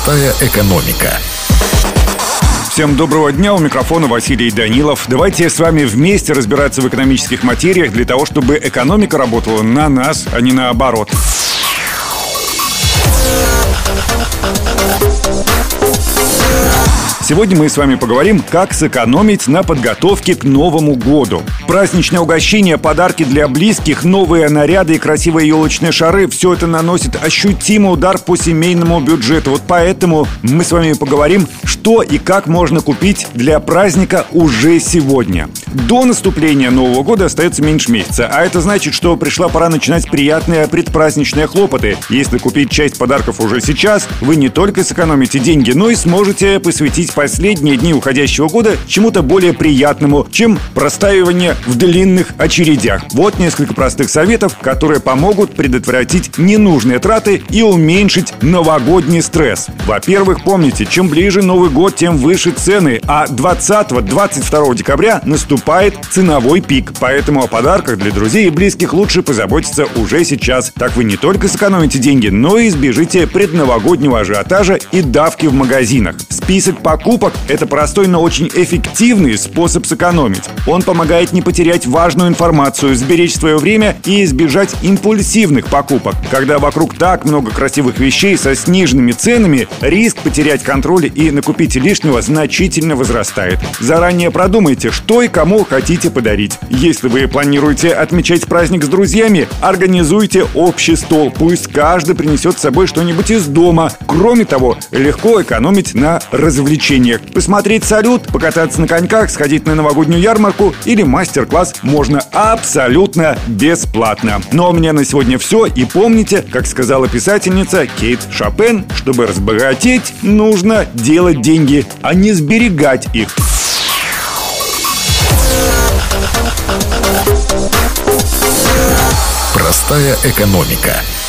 Простая экономика. Всем доброго дня, у микрофона Василий Данилов. Давайте с вами вместе разбираться в экономических материях для того, чтобы экономика работала на нас, а не наоборот. Сегодня мы с вами поговорим, как сэкономить на подготовке к Новому году. Праздничное угощение, подарки для близких, новые наряды и красивые елочные шары – все это наносит ощутимый удар по семейному бюджету. Вот поэтому мы с вами поговорим, что и как можно купить для праздника уже сегодня. До наступления Нового года остается меньше месяца, а это значит, что пришла пора начинать приятные предпраздничные хлопоты. Если купить часть подарков уже сейчас, вы не только сэкономите деньги, но и сможете посвятить последние дни уходящего года чему-то более приятному, чем простаивание в длинных очередях. Вот несколько простых советов, которые помогут предотвратить ненужные траты и уменьшить новогодний стресс. Во-первых, помните, чем ближе Новый год, тем выше цены, а 20-22 декабря наступает ценовой пик. Поэтому о подарках для друзей и близких лучше позаботиться уже сейчас. Так вы не только сэкономите деньги, но и избежите предновогоднего ажиотажа и давки в магазинах. Список покупок – это простой, но очень эффективный способ сэкономить. Он помогает не потерять важную информацию, сберечь свое время и избежать импульсивных покупок. Когда вокруг так много красивых вещей со сниженными ценами, риск потерять контроль и накупить лишнего значительно возрастает. Заранее продумайте, что и кому хотите подарить. Если вы планируете отмечать праздник с друзьями, организуйте общий стол. Пусть каждый принесет с собой что-нибудь из дома. Кроме того, легко экономить на развлечениях. Посмотреть салют, покататься на коньках, сходить на новогоднюю ярмарку или мастер-класс можно абсолютно бесплатно. Ну а у меня на сегодня все. И помните, как сказала писательница Кейт Шопен, чтобы разбогатеть, нужно делать деньги, а не сберегать их. Простая экономика.